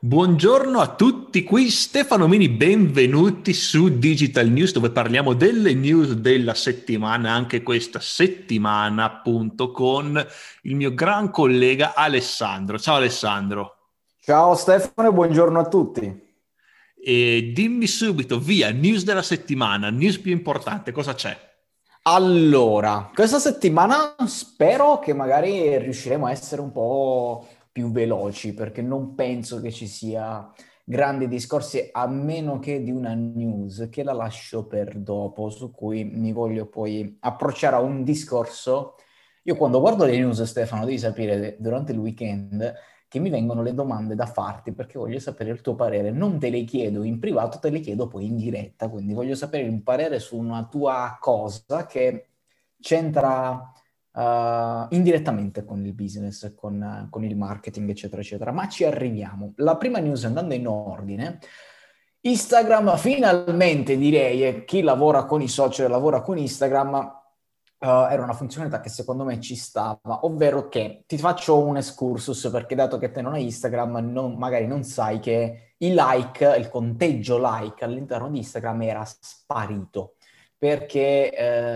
Buongiorno a tutti, qui Stefano Mini, benvenuti su Digital News dove parliamo delle news della settimana, anche questa settimana appunto con il mio gran collega Alessandro. Ciao Alessandro. Ciao Stefano e buongiorno a tutti. E dimmi subito, via, news della settimana, news più importante, cosa c'è? Allora, questa settimana spero che magari riusciremo a essere un po' più veloci perché non penso che ci sia grandi discorsi a meno che di una news che la lascio per dopo, su cui mi voglio poi approcciare a un discorso. Io quando guardo le news, Stefano, devi sapere durante il weekend che mi vengono le domande da farti perché voglio sapere il tuo parere. Non te le chiedo in privato, te le chiedo poi in diretta. Quindi voglio sapere un parere su una tua cosa che c'entra indirettamente con il business, con il marketing, eccetera, eccetera. Ma ci arriviamo. La prima news, andando in ordine. Instagram finalmente direi, e chi lavora con i social lavora con Instagram, era una funzionalità che secondo me ci stava, ovvero che ti faccio un excursus perché dato che te non hai Instagram, magari non sai che i like, il conteggio like all'interno di Instagram era sparito perché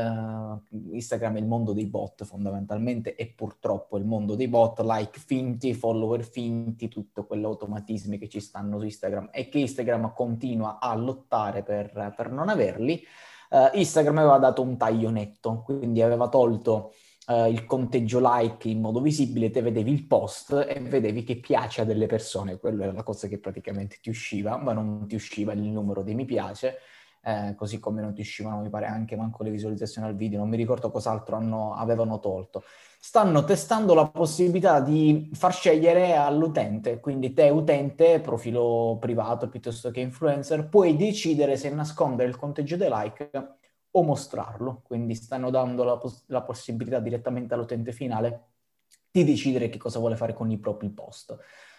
Instagram è il mondo dei bot fondamentalmente e purtroppo il mondo dei bot, like finti, follower finti, tutti quegli automatismi che ci stanno su Instagram e che Instagram continua a lottare per non averli. Instagram aveva dato un taglio netto, quindi aveva tolto il conteggio like in modo visibile, te vedevi il post e vedevi che piace a delle persone, quello era la cosa che praticamente ti usciva, ma non ti usciva il numero dei mi piace, così come non ti uscivano, mi pare, anche manco le visualizzazioni al video, non mi ricordo cos'altro avevano tolto. Stanno testando la possibilità di far scegliere all'utente, quindi te utente, profilo privato piuttosto che influencer, puoi decidere se nascondere il conteggio dei like o mostrarlo, quindi stanno dando la possibilità direttamente all'utente finale di decidere che cosa vuole fare con i propri post.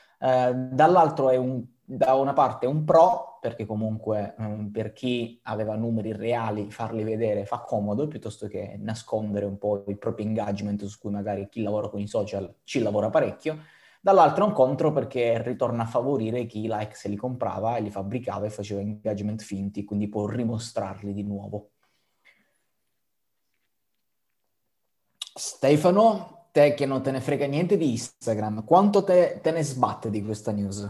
Dall'altro da una parte è un pro, perché comunque per chi aveva numeri reali farli vedere fa comodo, piuttosto che nascondere un po' il proprio engagement su cui magari chi lavora con i social ci lavora parecchio. Dall'altro è un contro perché ritorna a favorire chi i like se li comprava e li fabbricava e faceva engagement finti, quindi può rimostrarli di nuovo. Stefano, te che non te ne frega niente di Instagram, quanto te ne sbatte di questa news?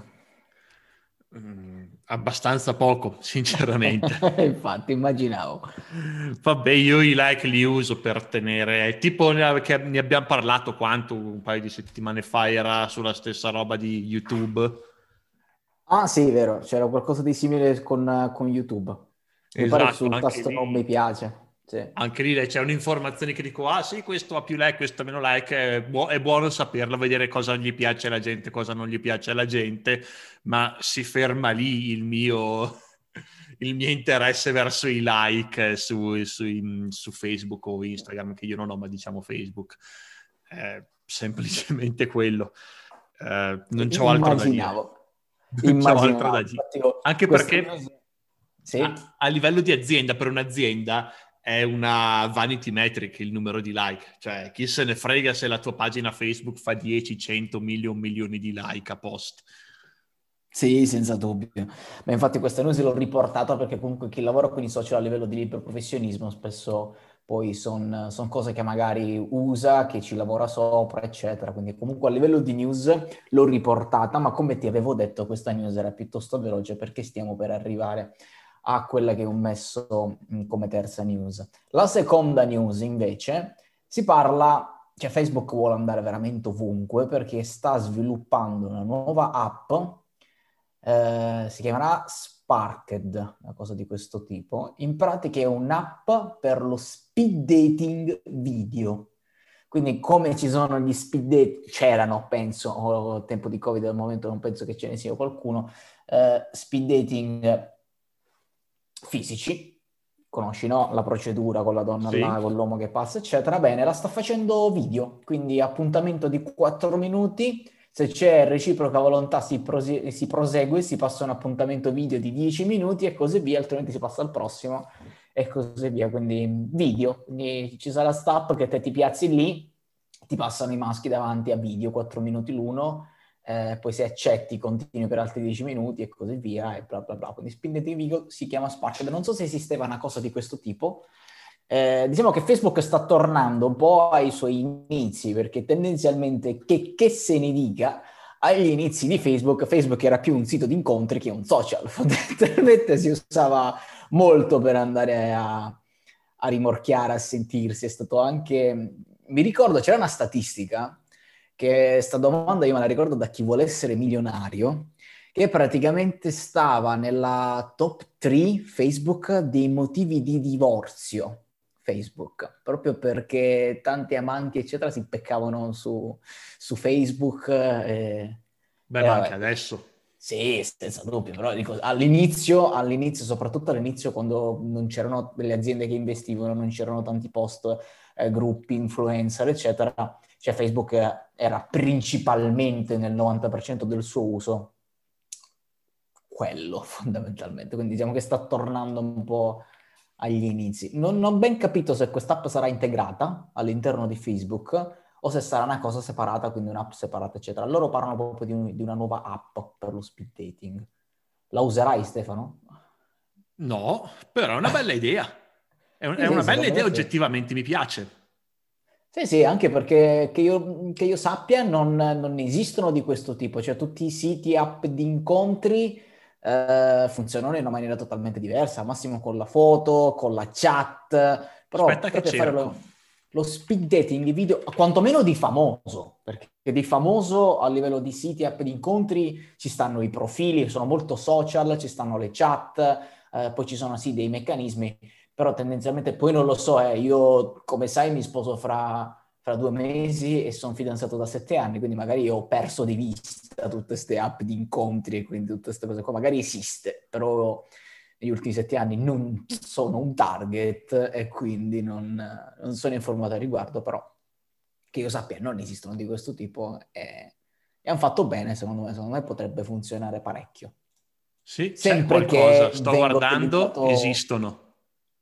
Abbastanza poco, sinceramente. Infatti, immaginavo. Vabbè, io i like li uso per tenere, tipo che ne abbiamo parlato quanto un paio di settimane fa era sulla stessa roba di YouTube. Ah, sì, vero, c'era qualcosa di simile con YouTube. Mi pare Esatto, sul tasto non mi piace. Sì. anche lì c'è un'informazione che dico, ah sì, questo ha più like, questo ha meno like, è buono saperlo, vedere cosa gli piace alla gente, cosa non gli piace alla gente, ma si ferma lì il mio interesse verso i like su Facebook o Instagram, che io non ho, ma diciamo Facebook. Semplicemente quello. Non c'ho altro da dire. Immaginavo, Non c'ho altro da immaginavo. dire. Infatti, io, Anche questa news... perché Sì? a livello di azienda, per un'azienda è una vanity metric il numero di like. Cioè, chi se ne frega se la tua pagina Facebook fa 10, 100, milioni di like a post. Sì, senza dubbio. Ma infatti questa news l'ho riportata perché comunque chi lavora con i social a livello di libero professionismo spesso poi sono cose che magari usa, che ci lavora sopra, eccetera. Quindi comunque a livello di news l'ho riportata, ma come ti avevo detto questa news era piuttosto veloce perché stiamo per arrivare a quella che ho messo come terza news. La seconda news invece si parla, cioè Facebook vuole andare veramente ovunque perché sta sviluppando una nuova app, si chiamerà Sparked, una cosa di questo tipo. In pratica è un'app per lo speed dating video. Quindi come ci sono gli speed date, c'erano, penso, o tempo di Covid al momento non penso che ce ne sia qualcuno, speed dating fisici, conosci, no? La procedura con la donna là, Sì? con l'uomo che passa, eccetera. Bene, la sta facendo video, quindi appuntamento di 4 minuti. Se c'è reciproca volontà si prosegue, si passa un appuntamento video di 10 minuti e così via, altrimenti si passa al prossimo e così via. Quindi video, quindi ci sarà sta app che te ti piazzi lì, ti passano i maschi davanti a video, 4 minuti l'uno, poi se accetti continui per altri 10 minuti e così via, e bla bla bla. Quindi Speed Dating Video si chiama Sparked. Non so se esisteva una cosa di questo tipo. Diciamo che Facebook sta tornando un po' ai suoi inizi, perché tendenzialmente, che se ne dica, agli inizi di Facebook era più un sito di incontri che un social. Fondamentalmente si usava molto per andare a rimorchiare, a sentirsi. È stato anche... Mi ricordo, c'era una statistica, che sta domanda io me la ricordo da Chi vuole essere milionario, che praticamente stava nella top 3 Facebook dei motivi di divorzio. Facebook, proprio perché tanti amanti, eccetera, si impeccavano su Facebook. Beh, E ma anche vabbè, adesso. sì, senza dubbio, però dico, all'inizio, soprattutto all'inizio, quando non c'erano delle aziende che investivano, non c'erano tanti post, gruppi, influencer, eccetera, cioè Facebook era principalmente nel 90% del suo uso quello, fondamentalmente. Quindi diciamo che sta tornando un po' agli inizi. Non ho ben capito se quest'app sarà integrata all'interno di Facebook o se sarà una cosa separata, quindi un'app separata, eccetera. Loro parlano proprio di una nuova app per lo speed dating. La userai, Stefano? No, però è una bella idea. È Sì, sì, una bella secondo idea, me sì. oggettivamente mi piace. Sì, sì, anche perché che io sappia non esistono di questo tipo, cioè tutti i siti, app di incontri funzionano in una maniera totalmente diversa, al massimo con la foto, con la chat, però Aspetta che proprio fare cerco. lo speed dating di video, quantomeno di famoso, perché di famoso a livello di siti, app di incontri ci stanno i profili, sono molto social, ci stanno le chat, poi ci sono sì dei meccanismi però tendenzialmente poi non lo so, io come sai mi sposo fra 2 mesi e sono fidanzato da 7 anni, quindi magari ho perso di vista tutte queste app di incontri e quindi tutte queste cose qua, magari esiste, però negli ultimi 7 anni non sono un target e quindi non sono informato al riguardo, però che io sappia non esistono di questo tipo e hanno fatto bene, secondo me potrebbe funzionare parecchio. Sì, c'è Sempre qualcosa. che Sto venga guardando, utilizzato esistono.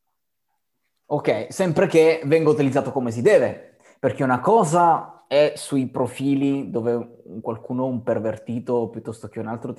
Ok, sempre che venga utilizzato come si deve, perché una cosa è sui profili dove qualcuno, un pervertito, piuttosto che un altro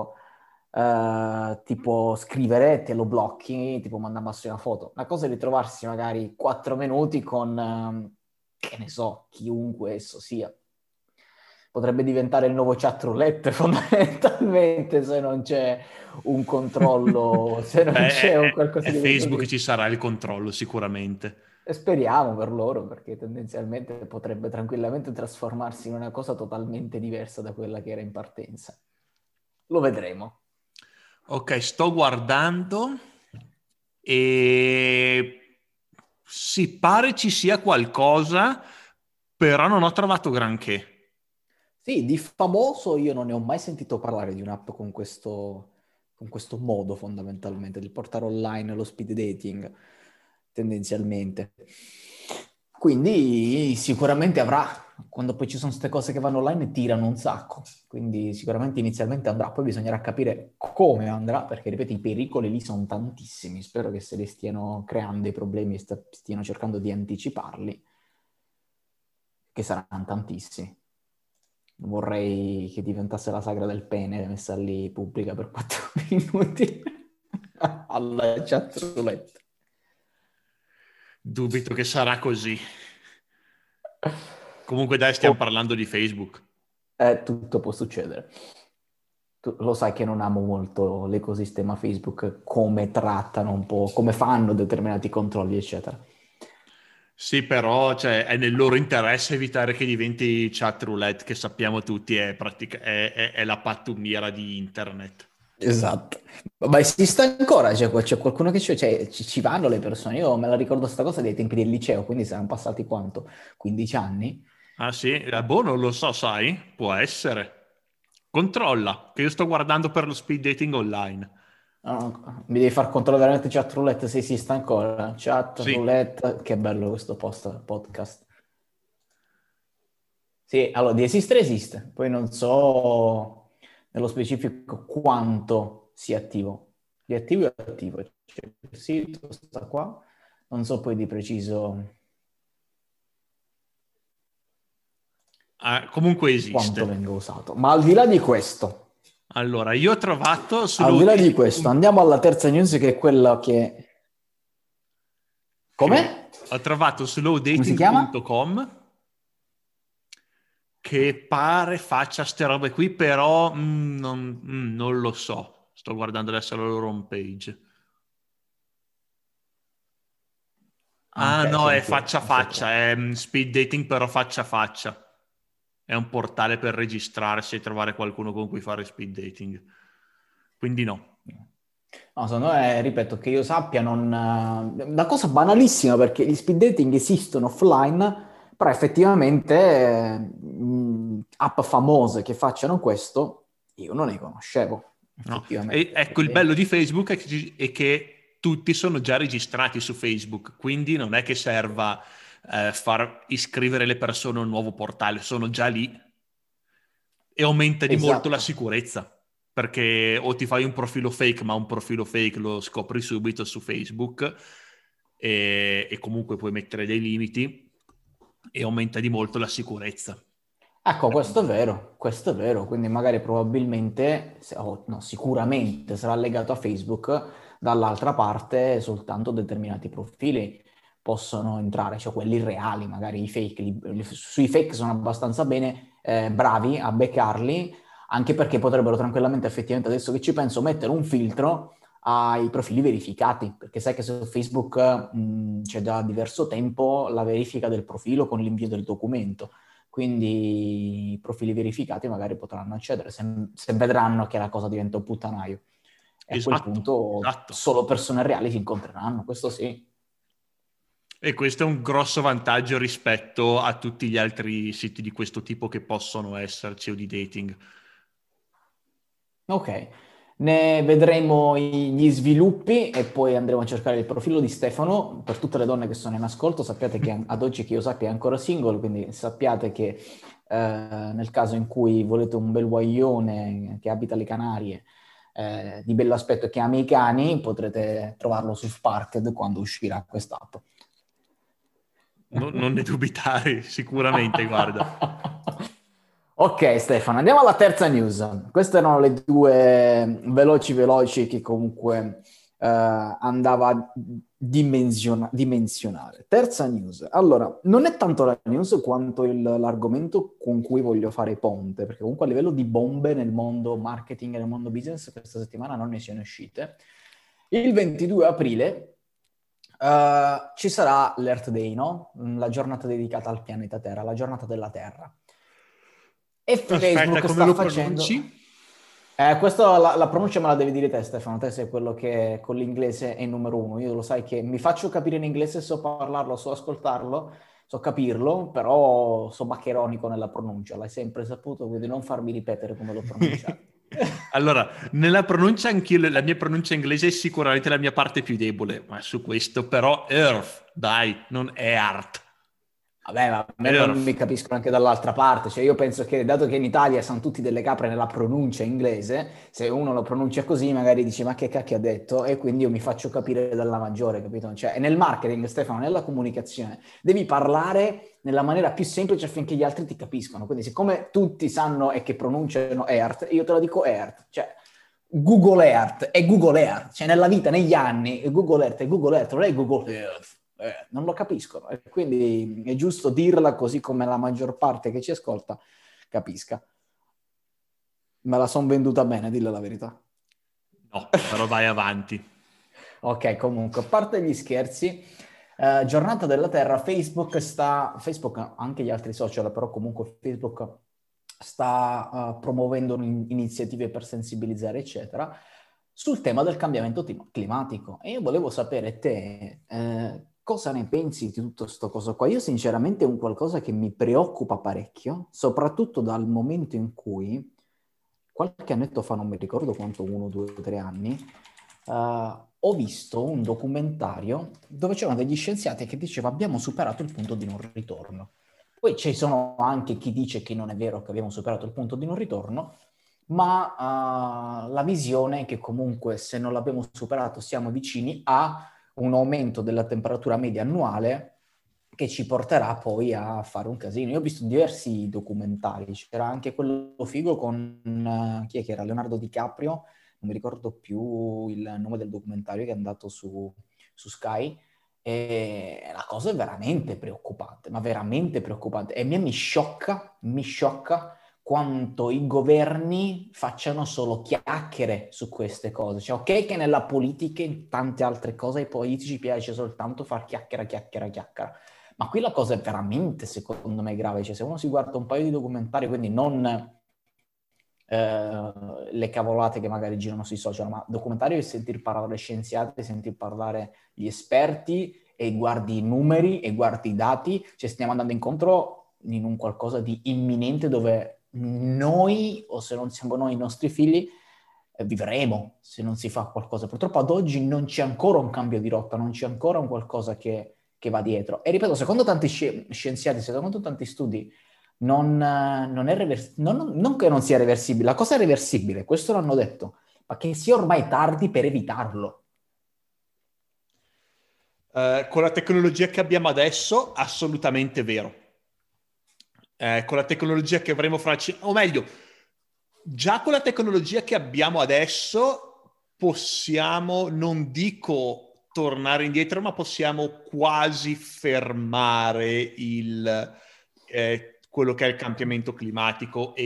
tipo scrivere, te lo blocchi, tipo mandarsi una foto. Una cosa è ritrovarsi magari 4 minuti con, che ne so, chiunque esso sia. Potrebbe diventare il nuovo chat roulette fondamentalmente se non c'è un controllo, se non Beh, c'è un è qualcosa di Facebook che così. ci sarà il controllo, sicuramente. E speriamo per loro, perché tendenzialmente potrebbe tranquillamente trasformarsi in una cosa totalmente diversa da quella che era in partenza. Lo vedremo. Ok, sto guardando e sì, pare ci sia qualcosa, però non ho trovato granché. Sì, di famoso io non ne ho mai sentito parlare di un'app con questo modo fondamentalmente, di portare online lo speed dating, tendenzialmente. Quindi sicuramente avrà, quando poi ci sono queste cose che vanno online, tirano un sacco. Quindi sicuramente inizialmente andrà, poi bisognerà capire come andrà, perché ripeto, i pericoli lì sono tantissimi. Spero che se li stiano creando dei problemi e stiano cercando di anticiparli, che saranno tantissimi. Vorrei che diventasse la sagra del pene messa lì pubblica per 4 minuti alla chat roulette. Dubito che sarà così. Comunque dai, stiamo Oh, parlando di Facebook. tutto può succedere. Tu lo sai che non amo molto l'ecosistema Facebook, come trattano un po', come fanno determinati controlli, eccetera. Sì, però cioè, è nel loro interesse evitare che diventi chat roulette, che sappiamo tutti è la pattumiera di internet. Esatto. Ma esiste ancora? C'è qualcuno che ci vanno le persone? Io me la ricordo sta cosa dai tempi del liceo, quindi saranno passati quanto? 15 anni? Ah sì? Boh, non lo so, sai? Può essere. Controlla, che io sto guardando per lo speed dating online. No, mi devi far controllare veramente chat roulette se esiste ancora. Chat Sì. roulette, che bello questo podcast. Sì, allora di esistere esiste, poi non so nello specifico quanto sia attivo. Di attivo è attivo, c'è il sito, sta qua, non so poi di preciso Comunque quanto esiste. venga usato. Ma al di là di questo, Allora, io ho trovato su al di là di questo, lowdating.com andiamo alla terza news che è quella che... che Come? ho trovato su Come si chiama? lowdating.com che pare faccia ste robe qui, però non lo so. Sto guardando adesso la loro homepage. Ah, Ah ok, no, sì, è anch'io, faccia a questo l'ho faccia, trovato. è speed dating però faccia a faccia. È un portale per registrarsi e trovare qualcuno con cui fare speed dating. Quindi no. No, secondo me, ripeto, che io sappia, non... Una cosa banalissima, perché gli speed dating esistono offline, però effettivamente app famose che facciano questo, io non ne conoscevo, No. E effettivamente. ecco, il bello di Facebook è che tutti sono già registrati su Facebook, quindi non è che serva far iscrivere le persone a un nuovo portale, sono già lì e aumenta di molto la Esatto. sicurezza, perché o ti fai un profilo fake, ma un profilo fake lo scopri subito su Facebook e comunque puoi mettere dei limiti e aumenta di molto la sicurezza. Ecco, questo è vero, quindi magari probabilmente, o no, sicuramente sarà legato a Facebook, dall'altra parte soltanto determinati profili possono entrare, cioè quelli reali, magari i fake, sui fake sono abbastanza bene bravi a beccarli, anche perché potrebbero tranquillamente, effettivamente, adesso che ci penso, mettere un filtro ai profili verificati, perché sai che su Facebook c'è da diverso tempo la verifica del profilo con l'invio del documento, quindi i profili verificati magari potranno accedere se vedranno che la cosa diventa un puttanaio. E a quel Esatto, punto esatto. solo persone reali si incontreranno, questo sì. E questo è un grosso vantaggio rispetto a tutti gli altri siti di questo tipo che possono esserci o di dating. Ok, ne vedremo gli sviluppi e poi andremo a cercare il profilo di Stefano. Per tutte le donne che sono in ascolto, sappiate che ad oggi, che io sappia, è ancora single, quindi sappiate che nel caso in cui volete un bel guaglione che abita alle Canarie, di bell'aspetto e che ami i cani, potrete trovarlo su Sparked quando uscirà quest'app. Non ne dubitare, sicuramente, guarda. Ok, Stefano, andiamo alla terza news. Queste erano le due veloci che comunque andava a dimensionare. Terza news. Allora, non è tanto la news quanto l'argomento con cui voglio fare ponte, perché comunque a livello di bombe nel mondo marketing e nel mondo business questa settimana non ne siano uscite. Il 22 aprile ci sarà l'Earth Day, no? La giornata dedicata al pianeta Terra, la giornata della Terra. E Aspetta, Facebook come sta lo facendo... pronunci? Questo la pronuncia me la devi dire te, Stefano. Te sei quello che con l'inglese è il numero uno. Io lo sai che mi faccio capire in inglese, so parlarlo, so ascoltarlo, so capirlo, però so maccheronico nella pronuncia. L'hai sempre saputo, quindi non farmi ripetere come l'ho pronunciato. Allora, nella pronuncia anch'io, la mia pronuncia inglese è sicuramente la mia parte più debole, ma su questo però Earth, dai, non Earth. Vabbè, ma a me non Earth. mi capiscono anche dall'altra parte, cioè io penso che dato che in Italia sono tutti delle capre nella pronuncia inglese, se uno lo pronuncia così magari dice ma che cacchio ha detto e quindi io mi faccio capire dalla maggiore, capito? Cioè nel marketing, Stefano, nella comunicazione, devi parlare nella maniera più semplice affinché gli altri ti capiscano, quindi siccome tutti sanno e che pronunciano Earth, io te lo dico Earth, cioè Google Earth è Google Earth, cioè nella vita, negli anni, Google Earth è Google Earth, non è Google Earth. Non lo capiscono e quindi è giusto dirla così come la maggior parte che ci ascolta capisca. Me la son venduta bene, dilla la verità. No, però vai avanti. Ok, comunque, a parte gli scherzi, giornata della Terra, Facebook, anche gli altri social, però comunque Facebook sta promuovendo iniziative per sensibilizzare, eccetera, sul tema del cambiamento climatico. E io volevo sapere te, cosa ne pensi di tutto questo cosa qua? Io sinceramente è un qualcosa che mi preoccupa parecchio, soprattutto dal momento in cui, qualche annetto fa, non mi ricordo quanto, 1, 2, 3 anni, ho visto un documentario dove c'erano degli scienziati che dicevano abbiamo superato il punto di non ritorno. Poi ci sono anche chi dice che non è vero che abbiamo superato il punto di non ritorno, ma la visione è che comunque se non l'abbiamo superato siamo vicini a un aumento della temperatura media annuale che ci porterà poi a fare un casino. Io ho visto diversi documentari, c'era anche quello figo con, chi è che era? Leonardo DiCaprio, non mi ricordo più il nome del documentario che è andato su Sky, e la cosa è veramente preoccupante, ma veramente preoccupante. E a me mi sciocca quanto i governi facciano solo chiacchiere su queste cose. Cioè, ok che nella politica e in tante altre cose ai politici piace soltanto far chiacchiera, chiacchiera, chiacchiera. Ma qui la cosa è veramente, secondo me, grave. Cioè, se uno si guarda un paio di documentari, quindi non le cavolate che magari girano sui social, ma documentari per sentir parlare scienziati, sentir parlare gli esperti, e guardi i numeri e guardi i dati, cioè stiamo andando incontro in un qualcosa di imminente dove noi, o se non siamo noi, i nostri figli, vivremo se non si fa qualcosa. Purtroppo ad oggi non c'è ancora un cambio di rotta, non c'è ancora un qualcosa che va dietro. E ripeto, secondo tanti scienziati, secondo tanti studi, non è non che non sia reversibile, la cosa è reversibile, questo l'hanno detto, ma che sia ormai tardi per evitarlo. Con la tecnologia che abbiamo adesso, assolutamente vero. Con la tecnologia che avremo o meglio, già con la tecnologia che abbiamo adesso possiamo, non dico tornare indietro, ma possiamo quasi fermare quello che è il cambiamento climatico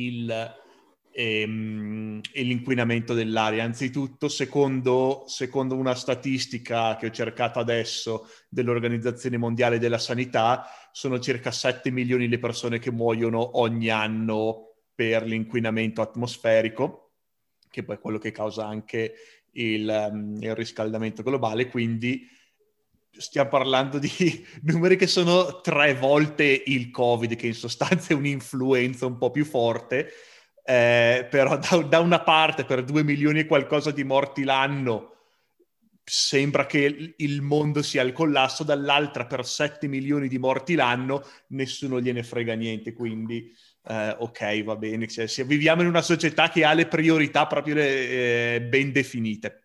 e l'inquinamento dell'aria. Anzitutto, secondo una statistica che ho cercato adesso dell'Organizzazione Mondiale della Sanità, sono circa 7 milioni le persone che muoiono ogni anno per l'inquinamento atmosferico, che poi è quello che causa anche il riscaldamento globale. Quindi stiamo parlando di numeri che sono 3 volte il Covid, che in sostanza è un'influenza un po' più forte, però da una parte per 2 milioni e qualcosa di morti l'anno sembra che il mondo sia al collasso, dall'altra per 7 milioni di morti l'anno nessuno gliene frega niente. Quindi ok, va bene, cioè, viviamo in una società che ha le priorità proprio ben definite.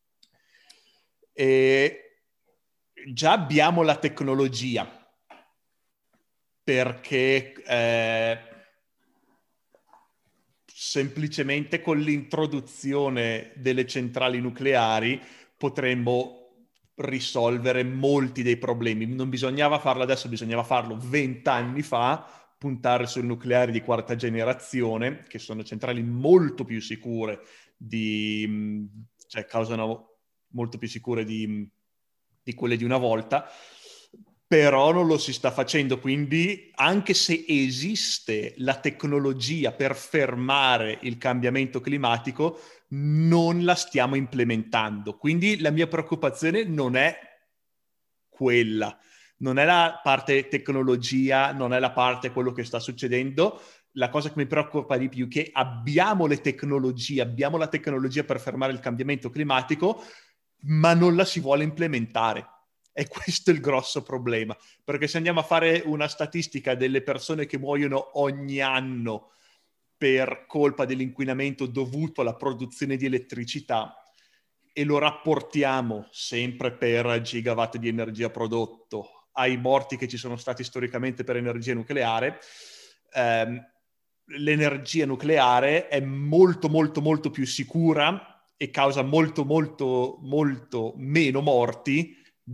E già abbiamo la tecnologia, perché semplicemente con l'introduzione delle centrali nucleari potremmo risolvere molti dei problemi. Non bisognava farlo adesso, bisognava farlo 20 anni fa, puntare sul nucleare di quarta generazione, che sono centrali molto più sicure cioè causano molto più sicure di quelle di una volta, però non lo si sta facendo. Quindi anche se esiste la tecnologia per fermare il cambiamento climatico, non la stiamo implementando. Quindi la mia preoccupazione non è quella, non è la parte tecnologia, non è la parte quello che sta succedendo. La cosa che mi preoccupa di più è che abbiamo la tecnologia per fermare il cambiamento climatico, ma non la si vuole implementare. E questo è il grosso problema, perché se andiamo a fare una statistica delle persone che muoiono ogni anno per colpa dell'inquinamento dovuto alla produzione di elettricità e lo rapportiamo sempre per gigawatt di energia prodotto ai morti che ci sono stati storicamente per energia nucleare, l'energia nucleare è molto molto molto più sicura e causa molto molto molto meno morti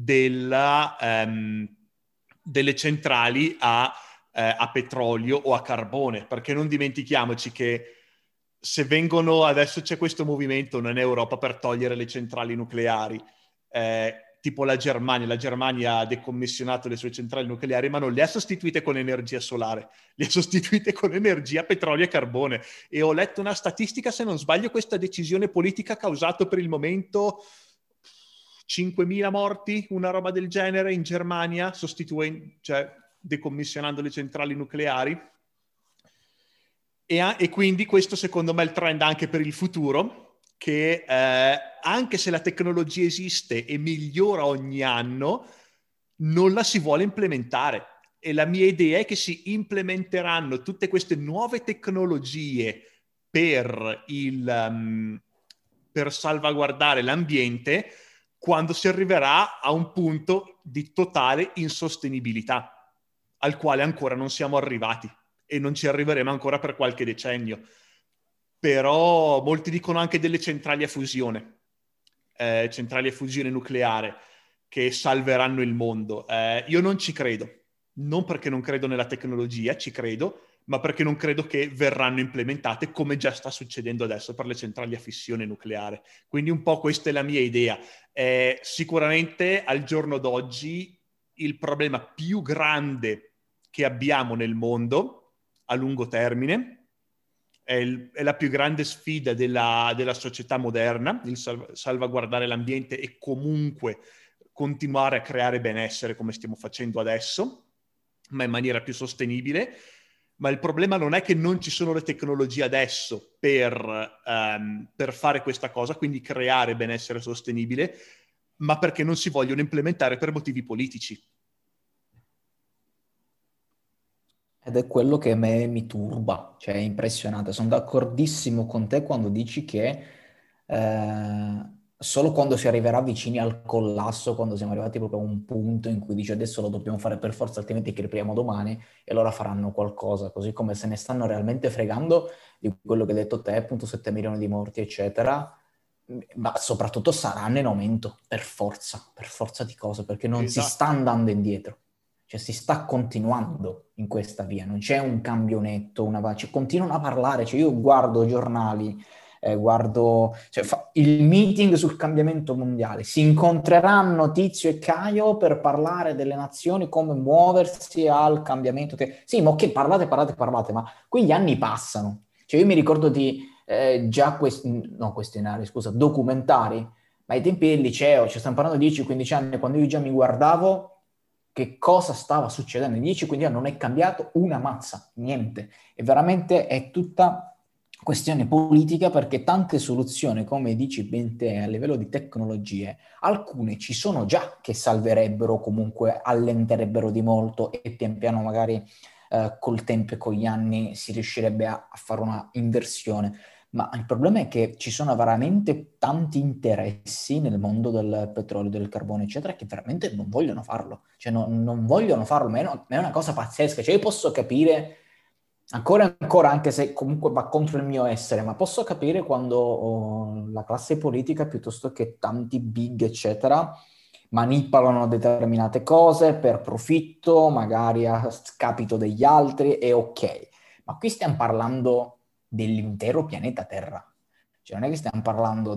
delle centrali a petrolio o a carbone, perché non dimentichiamoci che se vengono, adesso c'è questo movimento in Europa per togliere le centrali nucleari, tipo la Germania ha decommissionato le sue centrali nucleari, ma non le ha sostituite con energia solare, le ha sostituite con energia petrolio e carbone. E ho letto una statistica, se non sbaglio, questa decisione politica ha causato per il momento 5.000 morti, una roba del genere, in Germania, cioè decommissionando le centrali nucleari. E quindi questo secondo me è il trend anche per il futuro, che anche se la tecnologia esiste e migliora ogni anno, non la si vuole implementare. E la mia idea è che si implementeranno tutte queste nuove tecnologie per salvaguardare l'ambiente quando si arriverà a un punto di totale insostenibilità, al quale ancora non siamo arrivati e non ci arriveremo ancora per qualche decennio. Però molti dicono anche delle centrali a fusione nucleare, che salveranno il mondo. Io non ci credo, non perché non credo nella tecnologia, ci credo, ma perché non credo che verranno implementate come già sta succedendo adesso per le centrali a fissione nucleare. Quindi un po' questa è la mia idea. Sicuramente al giorno d'oggi il problema più grande che abbiamo nel mondo a lungo termine è la più grande sfida della società moderna, il salvaguardare l'ambiente e comunque continuare a creare benessere come stiamo facendo adesso, ma in maniera più sostenibile. Ma il problema non è che non ci sono le tecnologie adesso per fare questa cosa, quindi creare benessere sostenibile, ma perché non si vogliono implementare per motivi politici. Ed è quello che a me mi turba, cioè è impressionante. Sono d'accordissimo con te quando dici che solo quando si arriverà vicini al collasso, quando siamo arrivati proprio a un punto in cui dice adesso lo dobbiamo fare per forza, altrimenti crepiamo domani, e allora faranno qualcosa, così come se ne stanno realmente fregando di quello che hai detto te, appunto 7 milioni di morti, eccetera, ma soprattutto saranno in aumento, per forza di cose, perché non si sta Esatto. andando indietro. Cioè si sta continuando in questa via, non c'è un cambio netto, cioè, continuano a parlare, cioè io guardo giornali, il meeting sul cambiamento mondiale, si incontreranno Tizio e Caio per parlare delle nazioni, come muoversi al cambiamento. Sì, ma ok, parlate, ma qui gli anni passano. Cioè io mi ricordo di questionari, scusa, documentari, ma ai tempi del liceo, ci stiamo parlando di 10-15 anni, quando io già mi guardavo che cosa stava succedendo. In 10-15 anni non è cambiato una mazza, niente. E veramente è tutta questione politica, perché tante soluzioni, come dici ben te, a livello di tecnologie, alcune ci sono già che salverebbero, comunque allenterebbero di molto e pian piano magari col tempo e con gli anni si riuscirebbe a fare una inversione. Ma il problema è che ci sono veramente tanti interessi nel mondo del petrolio, del carbone, eccetera, che veramente non vogliono farlo. Cioè non vogliono farlo, ma è una cosa pazzesca. Cioè io posso capire, ancora e ancora, anche se comunque va contro il mio essere, ma posso capire quando la classe politica, piuttosto che tanti big, eccetera, manipolano determinate cose per profitto, magari a scapito degli altri, è ok. Ma qui stiamo parlando dell'intero pianeta Terra. Cioè non è che stiamo parlando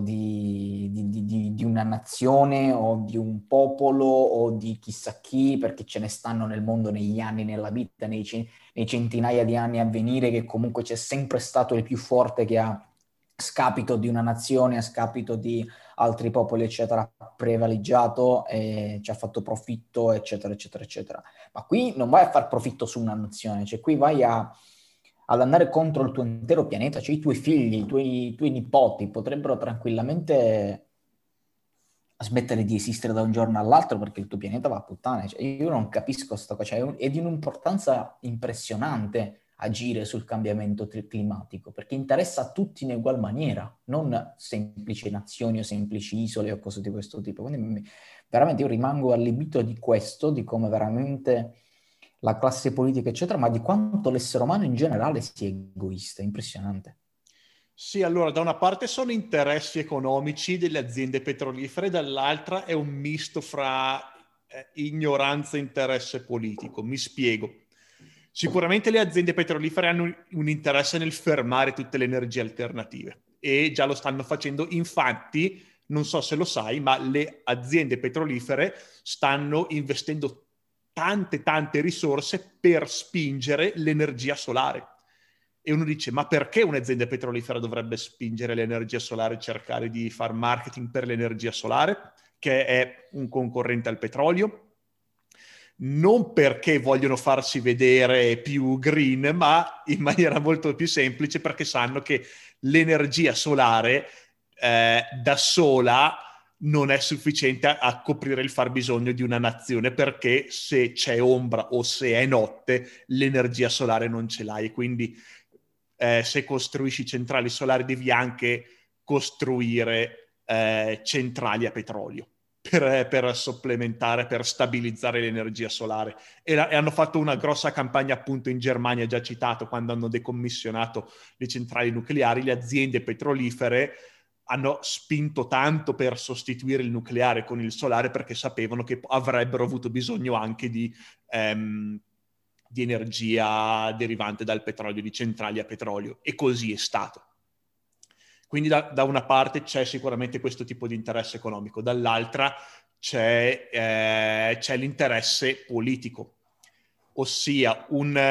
di una nazione o di un popolo o di chissà chi, perché ce ne stanno nel mondo, negli anni, nella vita, nei centinaia di anni a venire, che comunque c'è sempre stato il più forte che ha scapito di una nazione, a scapito di altri popoli, eccetera, ha prevaleggiato e ci ha fatto profitto, eccetera, eccetera, eccetera. Ma qui non vai a far profitto su una nazione, cioè qui vai ad andare contro il tuo intero pianeta, cioè i tuoi figli, i tuoi nipoti potrebbero tranquillamente smettere di esistere da un giorno all'altro perché il tuo pianeta va a puttane. Cioè, io non capisco questa cosa, cioè, è di un'importanza impressionante agire sul cambiamento climatico, perché interessa a tutti in ugual maniera, non semplici nazioni o semplici isole o cose di questo tipo. Quindi veramente io rimango allibito di questo, di come veramente la classe politica, eccetera, ma di quanto l'essere umano in generale sia egoista, impressionante. Sì, allora da una parte sono interessi economici delle aziende petrolifere, dall'altra è un misto fra ignoranza e interesse politico. Mi spiego. Sicuramente le aziende petrolifere hanno un interesse nel fermare tutte le energie alternative e già lo stanno facendo. Infatti, non so se lo sai, ma le aziende petrolifere stanno investendo tante risorse per spingere l'energia solare. E uno dice, ma perché un'azienda petrolifera dovrebbe spingere l'energia solare e cercare di far marketing per l'energia solare, che è un concorrente al petrolio? Non perché vogliono farsi vedere più green, ma in maniera molto più semplice, perché sanno che l'energia solare da sola non è sufficiente a coprire il fabbisogno di una nazione, perché se c'è ombra o se è notte l'energia solare non ce l'hai, quindi se costruisci centrali solari devi anche costruire centrali a petrolio per supplementare, per stabilizzare l'energia solare. E hanno fatto una grossa campagna appunto in Germania, già citato, quando hanno decommissionato le centrali nucleari, le aziende petrolifere hanno spinto tanto per sostituire il nucleare con il solare perché sapevano che avrebbero avuto bisogno anche di energia derivante dal petrolio, di centrali a petrolio, e così è stato. Quindi da una parte c'è sicuramente questo tipo di interesse economico, dall'altra c'è l'interesse politico, ossia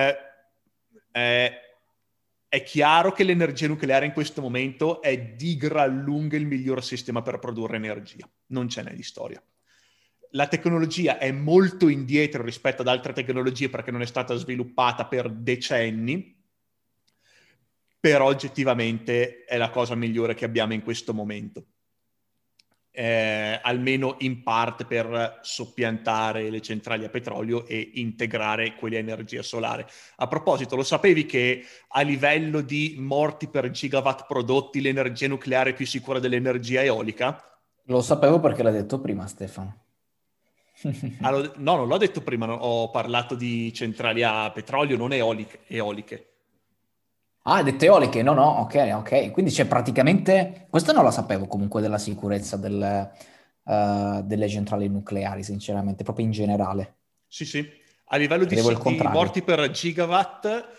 è chiaro che l'energia nucleare in questo momento è di gran lunga il miglior sistema per produrre energia, non ce n'è di storia. La tecnologia è molto indietro rispetto ad altre tecnologie perché non è stata sviluppata per decenni, però oggettivamente è la cosa migliore che abbiamo in questo momento. Almeno in parte per soppiantare le centrali a petrolio e integrare quelle a energia solare. A proposito, lo sapevi che a livello di morti per gigawatt prodotti l'energia nucleare è più sicura dell'energia eolica? Lo sapevo perché l'hai detto prima, Stefano. No, non l'ho detto prima, ho parlato di centrali a petrolio, non eoliche. Ah, hai detto eoliche? No, no, ok. Quindi c'è praticamente... Questo non lo sapevo comunque della sicurezza delle centrali nucleari, sinceramente, proprio in generale. Sì, sì. A livello Credevo il di contrario. morti per gigawatt,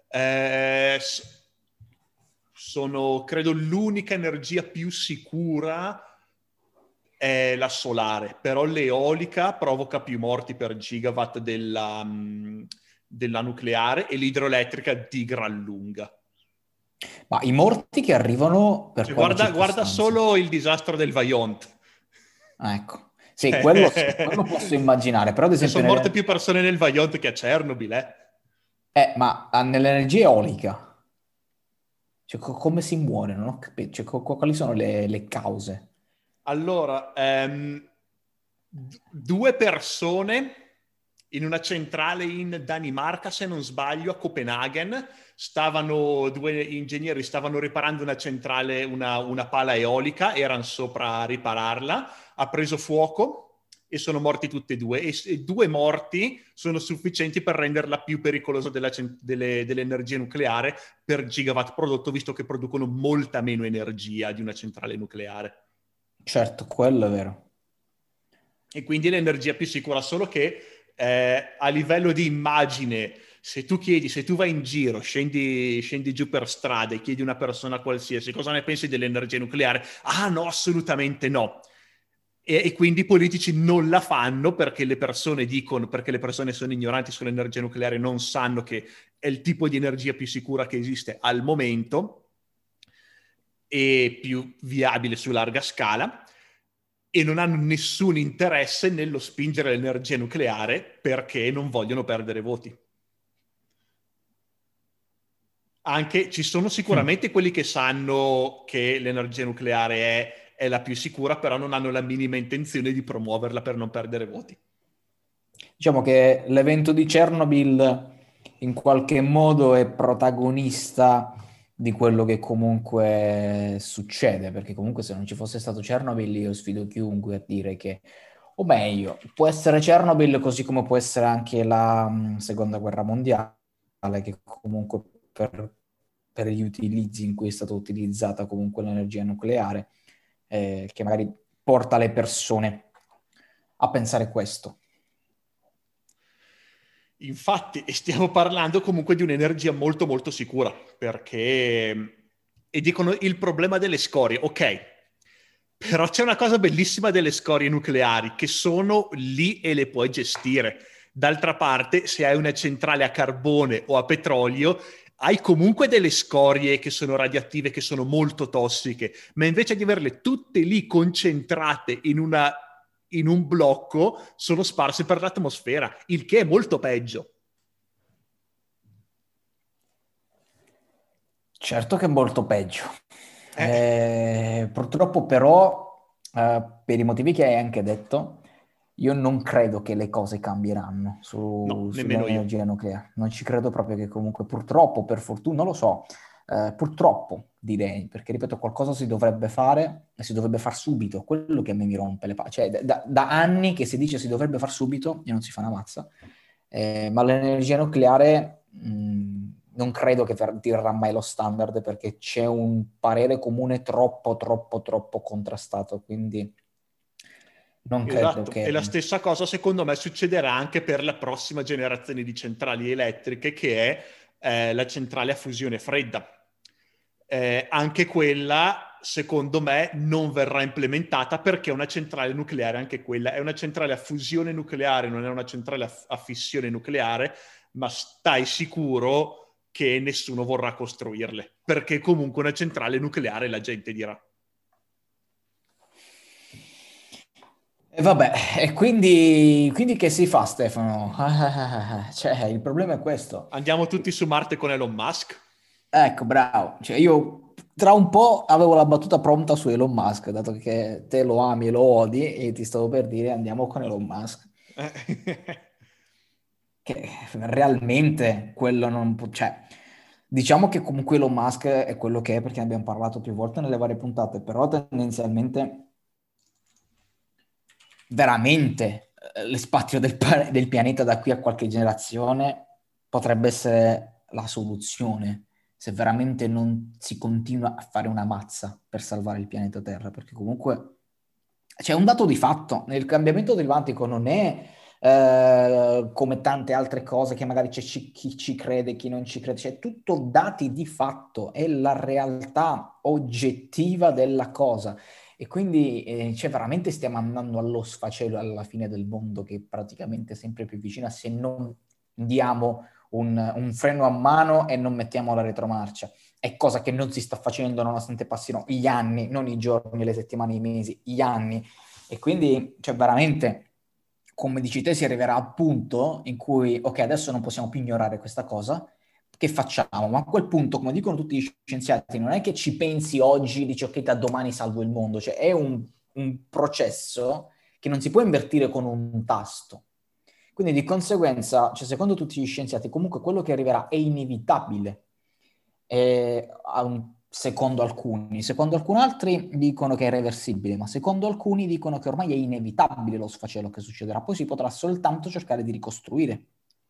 sono, credo, l'unica energia più sicura è la solare, però l'eolica provoca più morti per gigawatt della nucleare e l'idroelettrica di gran lunga. Ma i morti che arrivano per Cioè, quali guarda circostanze? solo il disastro del Vajont. Ah, ecco. Sì, quello Cioè, posso immaginare, però ad esempio sono morte nelle... più persone nel Vajont che a Chernobyl, eh. Ma nell'energia eolica, cioè, come si muore? Non ho capito. Cioè, quali sono le cause? Allora, due persone in una centrale in Danimarca, se non sbaglio, a Copenaghen, due ingegneri stavano riparando una centrale, una pala eolica, erano sopra a ripararla, ha preso fuoco e sono morti tutti e due. E due morti sono sufficienti per renderla più pericolosa dell'energia nucleare per gigawatt prodotto, visto che producono molta meno energia di una centrale nucleare. Certo, quello è vero. E quindi l'energia più sicura, solo che a livello di immagine, se tu vai in giro, scendi giù per strada e chiedi a una persona qualsiasi cosa ne pensi dell'energia nucleare, ah no, assolutamente no. E quindi i politici non la fanno perché le persone dicono, perché le persone sono ignoranti sull'energia nucleare, non sanno che è il tipo di energia più sicura che esiste al momento e più viabile su larga scala, e non hanno nessun interesse nello spingere l'energia nucleare perché non vogliono perdere voti. Anche ci sono Hm. sicuramente quelli che sanno che l'energia nucleare è la più sicura, però non hanno la minima intenzione di promuoverla per non perdere voti. Diciamo che l'evento di Chernobyl in qualche modo è protagonista di quello che comunque succede, perché comunque se non ci fosse stato Chernobyl io sfido chiunque a dire che, o meglio, può essere Chernobyl così come può essere anche la seconda guerra mondiale, che comunque per gli utilizzi in cui è stata utilizzata comunque l'energia nucleare, che magari porta le persone a pensare questo. Infatti, stiamo parlando comunque di un'energia molto molto sicura, perché e dicono il problema delle scorie, ok, però c'è una cosa bellissima delle scorie nucleari, che sono lì e le puoi gestire. D'altra parte, se hai una centrale a carbone o a petrolio, hai comunque delle scorie che sono radioattive, che sono molto tossiche, ma invece di averle tutte lì concentrate in un blocco, sono sparse per l'atmosfera, il che è molto peggio. Certo che è molto peggio. Eh, Purtroppo però, per i motivi che hai anche detto, io non credo che le cose cambieranno no, nemmeno io. sull'energia nucleare. Non ci credo proprio che comunque, purtroppo, per fortuna, non lo so. Purtroppo, direi, perché ripeto, qualcosa si dovrebbe fare e si dovrebbe far subito. Quello che a me mi rompe le palle. Cioè, da anni che si dice si dovrebbe far subito e non si fa una mazza. Ma l'energia nucleare non credo che dirà mai lo standard, perché c'è un parere comune troppo, troppo, troppo contrastato. Quindi non credo Esatto, che... e la stessa cosa secondo me succederà anche per la prossima generazione di centrali elettriche, che è la centrale a fusione fredda. Anche quella, secondo me, non verrà implementata perché è una centrale nucleare, anche quella è una centrale a fusione nucleare, non è una centrale a fissione nucleare, ma stai sicuro che nessuno vorrà costruirle, perché comunque una centrale nucleare la gente dirà. E vabbè, e quindi che si fa, Stefano? Cioè, il problema è questo. Andiamo tutti su Marte con Elon Musk. Ecco, bravo. Cioè, io tra un po' avevo la battuta pronta su Elon Musk, dato che te lo ami e lo odi, e ti stavo per dire andiamo con Elon Musk. Che realmente quello non può... Cioè, diciamo che comunque Elon Musk è quello che è, perché ne abbiamo parlato più volte nelle varie puntate, però tendenzialmente veramente l'espatrio del pianeta da qui a qualche generazione potrebbe essere la soluzione, se veramente non si continua a fare una mazza per salvare il pianeta Terra, perché comunque c'è un dato di fatto: nel cambiamento climatico non è come tante altre cose che magari c'è chi ci crede, chi non ci crede, c'è tutto dati di fatto, è la realtà oggettiva della cosa. E quindi cioè, veramente stiamo andando allo sfacelo, alla fine del mondo, che è praticamente sempre più vicina, se non diamo un freno a mano e non mettiamo la retromarcia. È cosa che non si sta facendo, nonostante passino gli anni, non i giorni, le settimane, i mesi, gli anni. E quindi, cioè, veramente, come dici te, si arriverà al punto in cui, ok, adesso non possiamo più ignorare questa cosa, che facciamo? Ma a quel punto, come dicono tutti gli scienziati, non è che ci pensi oggi, dici ok, da domani salvo il mondo, cioè è un processo che non si può invertire con un tasto. Quindi di conseguenza, cioè, secondo tutti gli scienziati, comunque quello che arriverà è inevitabile. Secondo alcuni. Secondo alcuni altri dicono che è irreversibile, ma secondo alcuni dicono che ormai è inevitabile lo sfacelo che succederà. Poi si potrà soltanto cercare di ricostruire,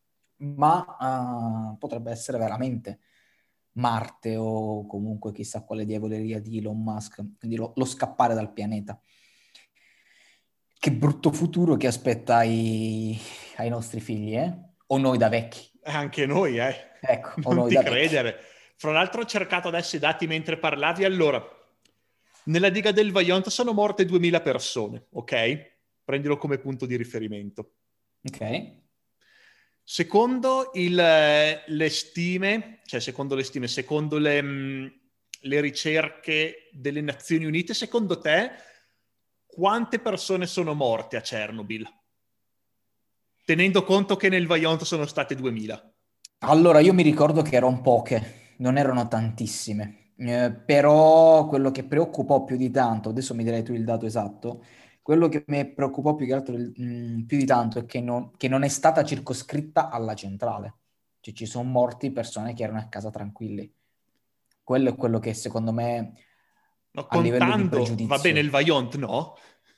ma potrebbe essere veramente Marte o comunque chissà quale diavoleria di Elon Musk, quindi lo scappare dal pianeta. Che brutto futuro che aspetta ai nostri figli, eh? O noi da vecchi. Anche noi, Ecco, o non noi ti da vecchi. credere. Fra l'altro ho cercato adesso i dati mentre parlavi. Allora, nella diga del Vajont sono morte 2000 persone, ok? Prendilo come punto di riferimento. Ok. Secondo le stime, cioè secondo le ricerche delle Nazioni Unite, secondo te quante persone sono morte a Chernobyl? Tenendo conto che nel Vajont sono state 2000. Allora, io mi ricordo che erano poche, non erano tantissime, però quello che preoccupò più di tanto, adesso mi direi tu il dato esatto, quello che mi preoccupò più che altro, più di tanto è che non è stata circoscritta alla centrale, cioè ci sono morti persone che erano a casa tranquilli. Quello è quello che secondo me No, a livello di contando, va bene, il pregiudizio, Vajont no,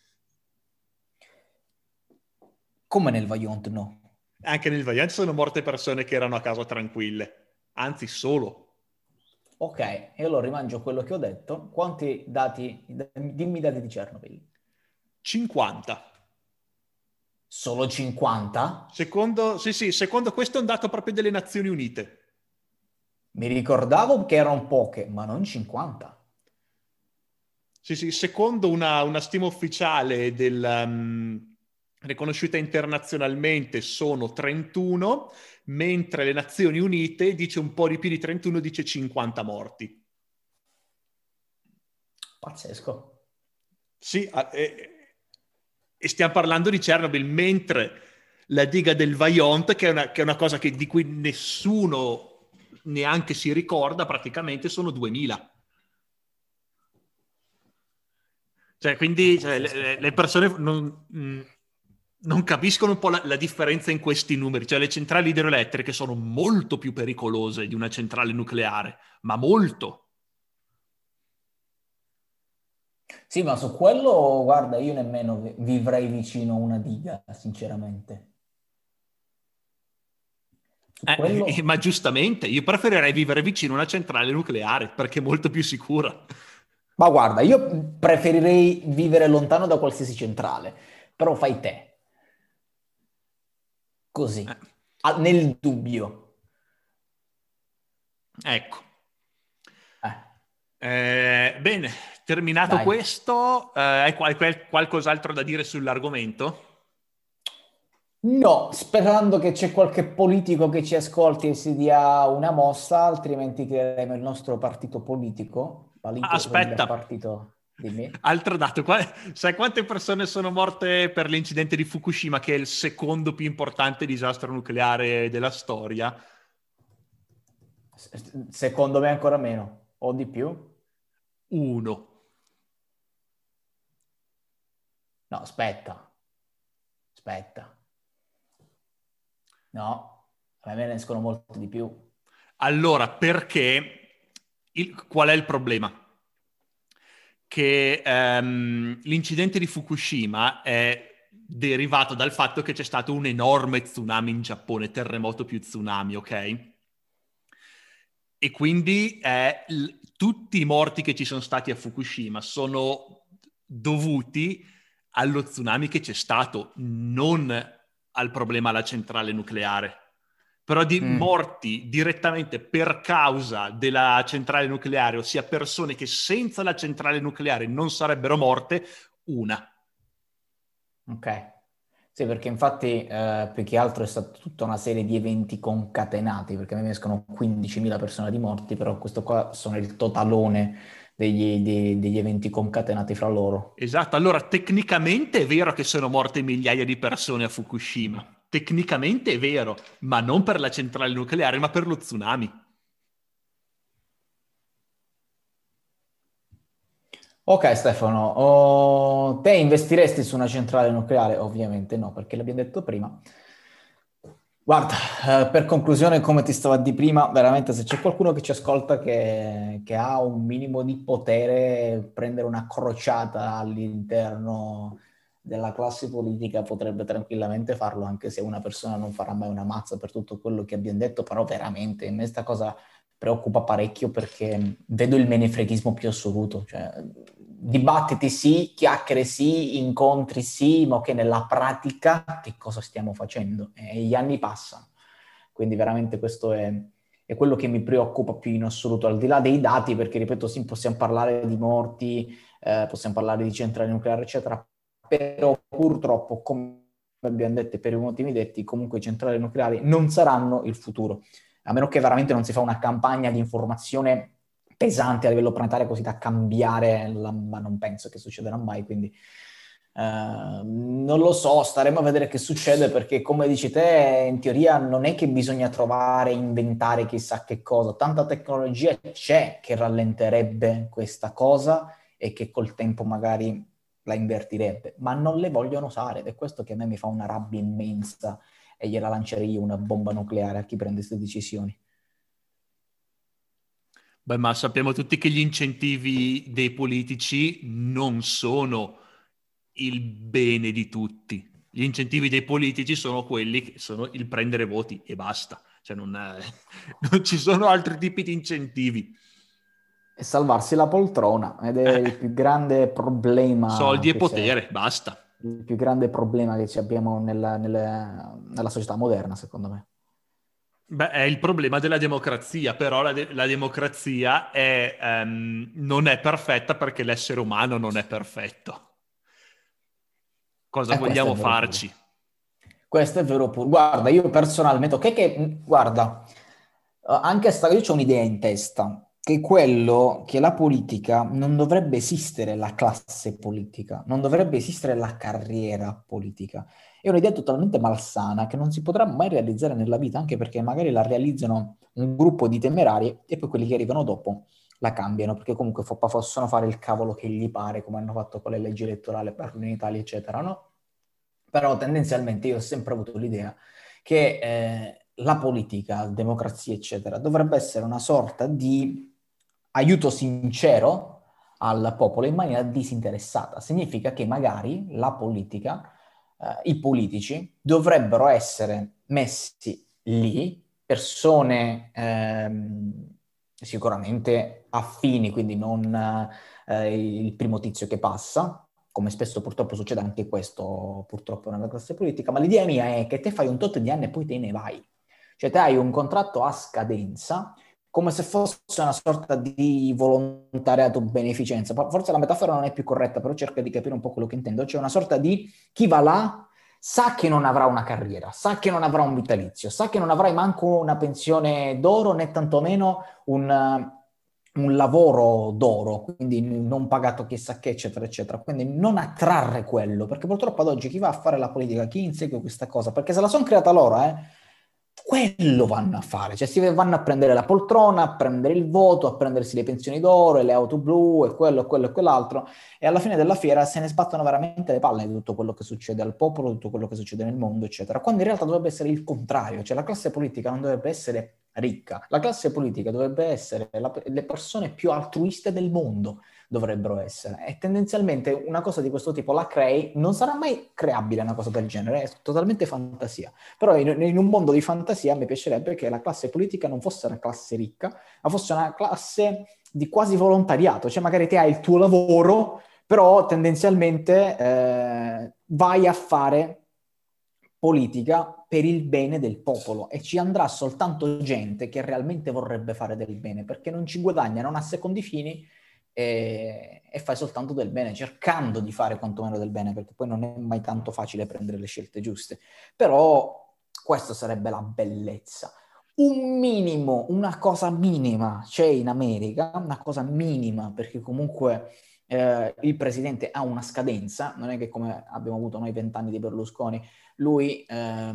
come nel Vajont, no. anche nel Vajont sono morte persone che erano a casa tranquille, anzi solo Ok, e allora rimangio quello che ho detto. Quanti dati, dimmi i dati di Chernobyl. 50. Solo 50? Secondo questo è un dato proprio delle Nazioni Unite. Mi ricordavo che erano poche, ma non 50. Sì, sì, secondo una stima ufficiale riconosciuta internazionalmente sono 31, mentre le Nazioni Unite dice un po' di più di 31, dice 50 morti. Pazzesco. Sì, e stiamo parlando di Chernobyl, mentre la diga del Vajont, che è una cosa di cui nessuno neanche si ricorda, praticamente sono 2000. Cioè, È quindi cioè, pazzesco sta le cosa. persone non capiscono un po' la differenza in questi numeri. Cioè le centrali idroelettriche sono molto più pericolose di una centrale nucleare, ma molto. Sì, ma su quello, guarda, io nemmeno vivrei vicino a una diga, sinceramente. Su Ma quello, giustamente, io preferirei vivere vicino a una centrale nucleare perché è molto più sicura. ma guarda, io preferirei vivere lontano da qualsiasi centrale, però fai te, Eh, così, nel dubbio. ecco. Eh, Bene, terminato dai. questo, hai qualcos'altro da dire sull'argomento? No, sperando che c'è qualche politico che ci ascolti e si dia una mossa, altrimenti creeremo il nostro partito politico, qualunque Aspetta, partito di me. altro dato. Sai quante persone sono morte per l'incidente di Fukushima, che è il secondo più importante disastro nucleare della storia? Secondo me ancora meno, o di più. Uno. No, aspetta. No, a me ne escono molti di più. Allora, perché qual è il problema? Che l'incidente di Fukushima è derivato dal fatto che c'è stato un enorme tsunami in Giappone, terremoto più tsunami, ok? E quindi tutti i morti che ci sono stati a Fukushima sono dovuti allo tsunami che c'è stato, non al problema alla centrale nucleare. Però di Mm, morti direttamente per causa della centrale nucleare, ossia persone che senza la centrale nucleare non sarebbero morte, una. ok. Sì, perché infatti più che altro è stata tutta una serie di eventi concatenati, perché a me ne escono 15.000 persone di morti, però questo qua sono il totalone degli eventi concatenati fra loro. Esatto, allora tecnicamente è vero che sono morte migliaia di persone a Fukushima. Tecnicamente è vero, ma non per la centrale nucleare, ma per lo tsunami. Ok Stefano, te investiresti su una centrale nucleare? Ovviamente no, perché l'abbiamo detto prima. Guarda, per conclusione, come ti stavo a di prima, veramente se c'è qualcuno che ci ascolta che ha un minimo di potere, prendere una crociata all'interno della classe politica potrebbe tranquillamente farlo, anche se una persona non farà mai una mazza per tutto quello che abbiamo detto, però veramente a me sta cosa preoccupa parecchio perché vedo il menefreghismo più assoluto, cioè dibattiti sì, chiacchiere sì, incontri sì, ma che nella pratica che cosa stiamo facendo? E gli anni passano, quindi veramente questo è quello che mi preoccupa più in assoluto, al di là dei dati, perché ripeto, sì, possiamo parlare di morti, possiamo parlare di centrali nucleari, eccetera, però purtroppo, come abbiamo detto e per i motivi detti, comunque i centrali nucleari non saranno il futuro a meno che veramente non si fa una campagna di informazione pesante a livello planetario così da cambiare, ma non penso che succederà mai, quindi non lo so, staremo a vedere che succede perché come dici te, in teoria non è che bisogna trovare, inventare chissà che cosa, tanta tecnologia c'è che rallenterebbe questa cosa e che col tempo magari la invertirebbe, ma non le vogliono usare ed è questo che a me mi fa una rabbia immensa e gliela lancerei io una bomba nucleare a chi prende queste decisioni. Beh, ma sappiamo tutti che gli incentivi dei politici non sono il bene di tutti. Gli incentivi dei politici sono quelli che sono il prendere voti e basta. Cioè non ci sono altri tipi di incentivi. E salvarsi la poltrona ed è Eh, il più grande problema soldi e che c'è, potere, basta. il più grande problema che ci abbiamo nella società moderna, secondo me. Beh, è il problema della democrazia, però la democrazia non è perfetta perché l'essere umano non è perfetto. Cosa E questo è vogliamo vero pure. farci? Questo è vero pure. Guarda, io personalmente, ok che, guarda, io ho un'idea in testa, che è quello che la politica non dovrebbe esistere la classe politica, non dovrebbe esistere la carriera politica. È un'idea totalmente malsana che non si potrà mai realizzare nella vita, anche perché magari la realizzano un gruppo di temerari e poi quelli che arrivano dopo la cambiano, perché comunque possono fare il cavolo che gli pare, come hanno fatto con le leggi elettorali, parlo in Italia, eccetera, no? Però tendenzialmente io ho sempre avuto l'idea che la politica, democrazia, eccetera, dovrebbe essere una sorta di aiuto sincero al popolo in maniera disinteressata. Significa che magari la politica, i politici, dovrebbero essere messi lì, persone sicuramente affini, quindi non il primo tizio che passa, come spesso purtroppo succede anche questo, purtroppo nella classe politica, ma l'idea mia è che te fai un tot di anni e poi te ne vai. Cioè te hai un contratto a scadenza, come se fosse una sorta di volontariato beneficenza. Forse la metafora non è più corretta, però cerca di capire un po' quello che intendo. Cioè una sorta di chi va là sa che non avrà una carriera, sa che non avrà un vitalizio, sa che non avrai manco una pensione d'oro né tantomeno un lavoro d'oro, quindi non pagato chissà che, eccetera, eccetera. Quindi non attrarre quello, perché purtroppo ad oggi chi va a fare la politica, chi insegue questa cosa, perché se la sono creata loro, quello vanno a fare, cioè si vanno a prendere la poltrona, a prendere il voto, a prendersi le pensioni d'oro e le auto blu e quello e quell'altro, e alla fine della fiera se ne sbattono veramente le palle di tutto quello che succede al popolo, tutto quello che succede nel mondo, eccetera. Quando in realtà dovrebbe essere il contrario, cioè la classe politica non dovrebbe essere ricca, la classe politica dovrebbe essere le persone più altruiste del mondo dovrebbero essere. E tendenzialmente una cosa di questo tipo la crei, non sarà mai creabile una cosa del genere, è totalmente fantasia. Però in un mondo di fantasia mi piacerebbe che la classe politica non fosse una classe ricca, ma fosse una classe di quasi volontariato, cioè magari te hai il tuo lavoro, però tendenzialmente vai a fare politica per il bene del popolo e ci andrà soltanto gente che realmente vorrebbe fare del bene, perché non ci guadagna, non ha secondi fini e fai soltanto del bene, cercando di fare quantomeno del bene, perché poi non è mai tanto facile prendere le scelte giuste. Però questa sarebbe la bellezza. Un minimo, una cosa minima c'è in America, una cosa minima, perché comunque il presidente ha una scadenza, non è che come abbiamo avuto noi 20 anni di Berlusconi, lui,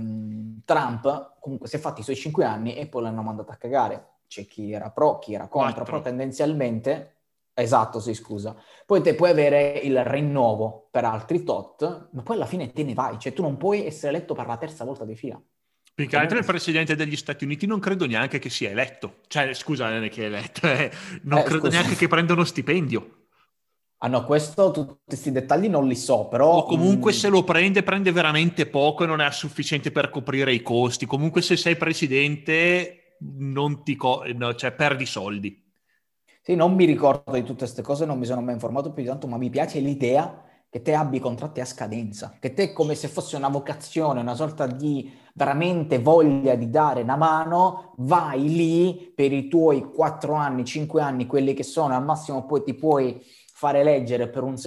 Trump, comunque si è fatti i suoi 5 anni e poi l'hanno mandato a cagare. C'è chi era pro, chi era contro, però 4. tendenzialmente, esatto, sì, scusa. Poi te puoi avere il rinnovo per altri tot, ma poi alla fine te ne vai, cioè tu non puoi essere eletto per la terza volta di fila. Più che altro il Comunque, presidente degli Stati Uniti non credo neanche che sia eletto. Cioè, scusa, non è che è eletto, non credo scusa. neanche che prenda uno stipendio. Ah no, questo, tutti questi dettagli non li so, O però comunque se lo prende, prende veramente poco e non è sufficiente per coprire i costi. Comunque se sei presidente non no, cioè perdi soldi. sì, non mi ricordo di tutte queste cose, non mi sono mai informato più di tanto, ma mi piace l'idea che te abbi i contratti a scadenza, che te come se fosse una vocazione, una sorta di veramente voglia di dare una mano, vai lì per i tuoi 4 anni, 5 anni, quelli che sono, al massimo poi ti puoi fare eleggere per una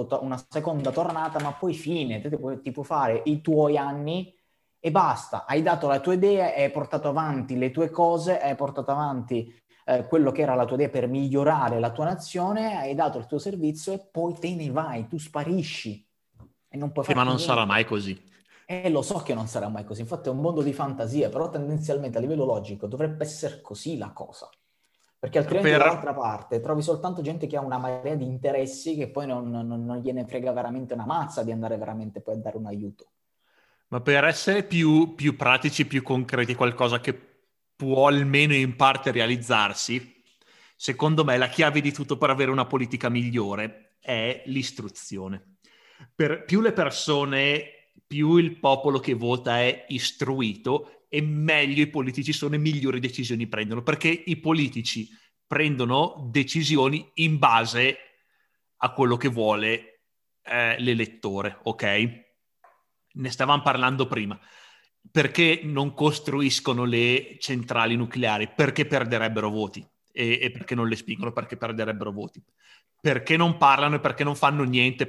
seconda tornata, ma poi fine, te ti puoi fare i tuoi anni e basta, hai dato la tua idea, hai portato avanti le tue cose, hai portato avanti quello che era la tua idea per migliorare la tua nazione, hai dato il tuo servizio e poi te ne vai, tu sparisci e non puoi Sì, fare ma più non sarà niente. mai così. E lo so che non sarà mai così, infatti è un mondo di fantasia, però tendenzialmente a livello logico dovrebbe essere così la cosa. Perché altrimenti Per, dall'altra parte trovi soltanto gente che ha una marea di interessi che poi non gliene frega veramente una mazza di andare veramente poi a dare un aiuto. ma per essere più pratici, più concreti, qualcosa che può almeno in parte realizzarsi, secondo me la chiave di tutto per avere una politica migliore è l'istruzione. Più le persone, più il popolo che vota è istruito e meglio i politici sono e migliori decisioni prendono, perché i politici prendono decisioni in base a quello che vuole l'elettore, ok? Ne stavamo parlando prima. Perché non costruiscono le centrali nucleari? Perché perderebbero voti e perché non le spingono? Perché perderebbero voti. Perché non parlano e perché non fanno niente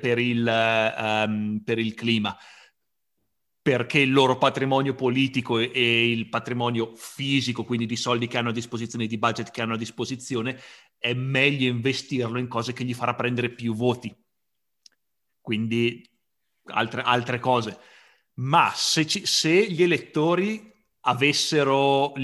per il clima? Perché il loro patrimonio politico e il patrimonio fisico, quindi di soldi che hanno a disposizione, di budget che hanno a disposizione, è meglio investirlo in cose che gli farà prendere più voti. Quindi altre cose. Ma se gli elettori avessero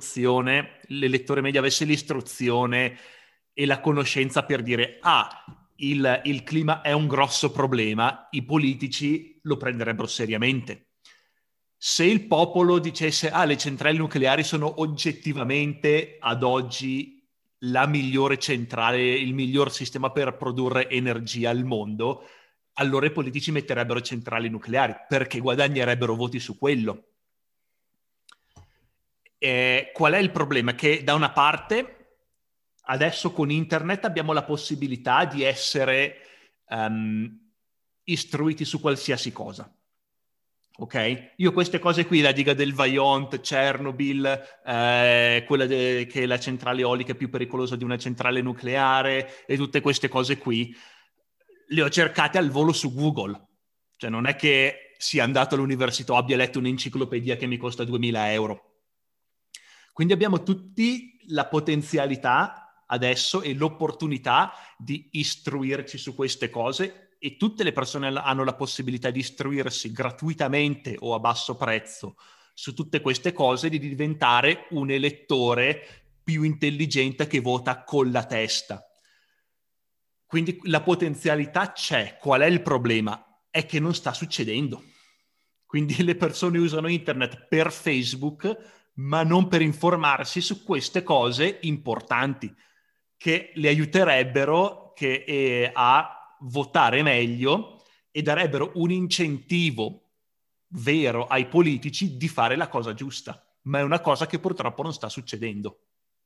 l'istruzione, l'elettore medio avesse l'istruzione e la conoscenza per dire, ah, il clima è un grosso problema, i politici lo prenderebbero seriamente. Se il popolo dicesse le centrali nucleari sono oggettivamente ad oggi la migliore centrale, il miglior sistema per produrre energia al mondo, allora i politici metterebbero centrali nucleari perché guadagnerebbero voti su quello. Qual è il problema? Che da una parte adesso con internet abbiamo la possibilità di essere istruiti su qualsiasi cosa. Ok? Io queste cose qui, la diga del Vajont, Chernobyl, quella che è la centrale eolica più pericolosa di una centrale nucleare e tutte queste cose qui, le ho cercate al volo su Google. Cioè non è che sia andato all'università o abbia letto un'enciclopedia che mi costa 2000 euro. Quindi abbiamo tutti la potenzialità adesso e l'opportunità di istruirci su queste cose e tutte le persone hanno la possibilità di istruirsi gratuitamente o a basso prezzo su tutte queste cose, di diventare un elettore più intelligente che vota con la testa. Quindi la potenzialità c'è. Qual è il problema? È che non sta succedendo. Quindi le persone usano internet per Facebook, ma non per informarsi su queste cose importanti che le aiuterebbero a votare meglio e darebbero un incentivo vero ai politici di fare la cosa giusta. Ma è una cosa che purtroppo non sta succedendo.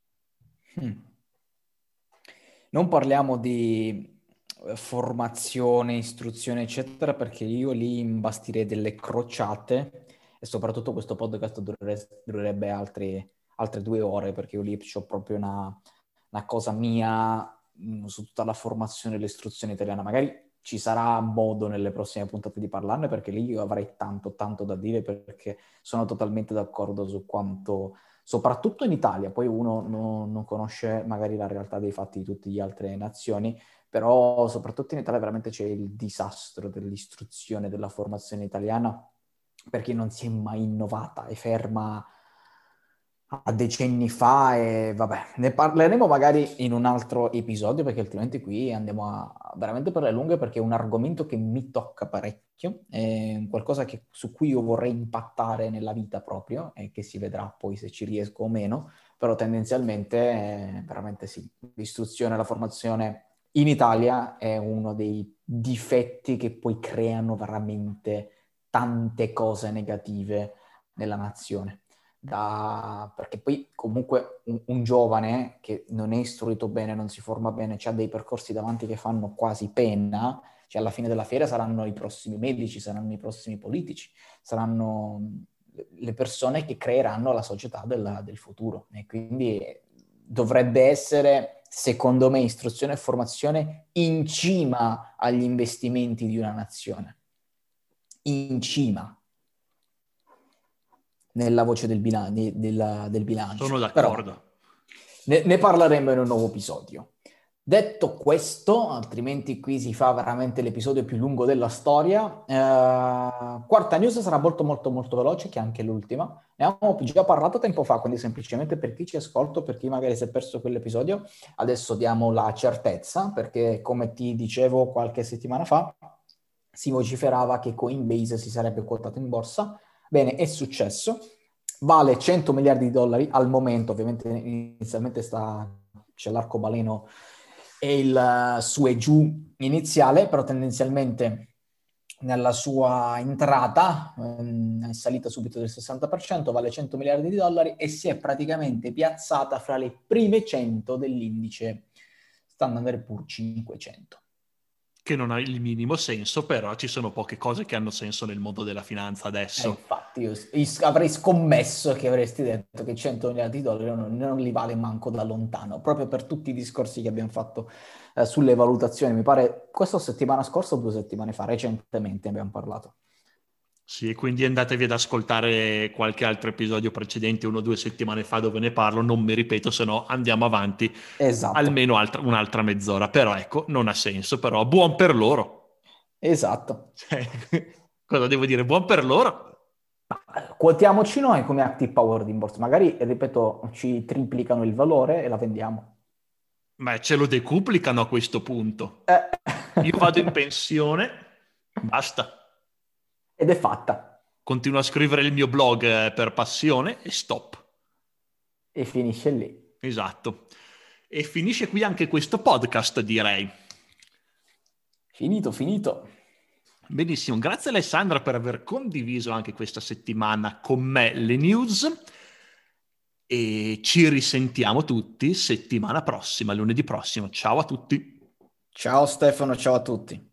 Non parliamo di formazione, istruzione, eccetera, perché io lì imbastirei delle crociate e soprattutto questo podcast durerebbe altre 2 ore, perché io lì ho proprio una cosa mia su tutta la formazione e l'istruzione italiana. Magari ci sarà modo nelle prossime puntate di parlarne, perché lì io avrei tanto da dire, perché sono totalmente d'accordo su quanto, soprattutto in Italia, poi uno non conosce magari la realtà dei fatti di tutte le altre nazioni, però soprattutto in Italia veramente c'è il disastro dell'istruzione, della formazione italiana, perché non si è mai innovata, è ferma a decenni fa e vabbè, ne parleremo magari in un altro episodio, perché altrimenti qui andiamo veramente per le lunghe, perché è un argomento che mi tocca parecchio, è qualcosa su cui io vorrei impattare nella vita proprio e che si vedrà poi se ci riesco o meno, però tendenzialmente veramente sì, l'istruzione e la formazione in Italia è uno dei difetti che poi creano veramente tante cose negative nella nazione. Perché poi comunque un giovane che non è istruito bene, non si forma bene, ha dei percorsi davanti che fanno quasi pena, cioè alla fine della fiera saranno i prossimi medici, saranno i prossimi politici, saranno le persone che creeranno la società del futuro. E quindi dovrebbe essere, secondo me, istruzione e formazione in cima agli investimenti di una nazione. In cima nella voce del bilancio. Sono d'accordo. Però ne parleremo in un nuovo episodio. Detto questo, altrimenti qui si fa veramente l'episodio più lungo della storia. Quarta news sarà molto veloce, che è anche l'ultima. Ne abbiamo già parlato tempo fa, quindi semplicemente per chi ci ascolta, per chi magari si è perso quell'episodio, adesso diamo la certezza, perché come ti dicevo qualche settimana fa, si vociferava che Coinbase si sarebbe quotato in borsa. Bene, è successo, vale 100 miliardi di dollari al momento, ovviamente inizialmente c'è l'arcobaleno e il su e giù iniziale, però tendenzialmente nella sua entrata è salita subito del 60%, vale 100 miliardi di dollari e si è praticamente piazzata fra le prime 100 dell'indice Standard & Poor's 500. Che non ha il minimo senso, però ci sono poche cose che hanno senso nel mondo della finanza adesso. Infatti, io avrei scommesso che avresti detto che 100 miliardi di dollari non li vale manco da lontano, proprio per tutti i discorsi che abbiamo fatto sulle valutazioni. Mi pare questa settimana scorsa o 2 settimane fa, recentemente abbiamo parlato. Sì, quindi andatevi ad ascoltare qualche altro episodio precedente, 1 o 2 settimane fa, dove ne parlo, non mi ripeto, se no andiamo avanti almeno un'altra mezz'ora. Però ecco, non ha senso, però buon per loro. Esatto. Cosa devo dire? Buon per loro. Quotiamoci noi come Active Powered in borsa. Magari, ripeto, ci triplicano il valore e la vendiamo. Ma ce lo decuplicano a questo punto. Io vado in pensione, basta. Ed è fatta. Continuo a scrivere il mio blog per passione e stop. E finisce lì. Esatto. E finisce qui anche questo podcast, direi. Finito, finito. Benissimo, grazie Alessandra per aver condiviso anche questa settimana con me le news e ci risentiamo tutti settimana prossima, lunedì prossimo. Ciao a tutti. Ciao Stefano, ciao a tutti.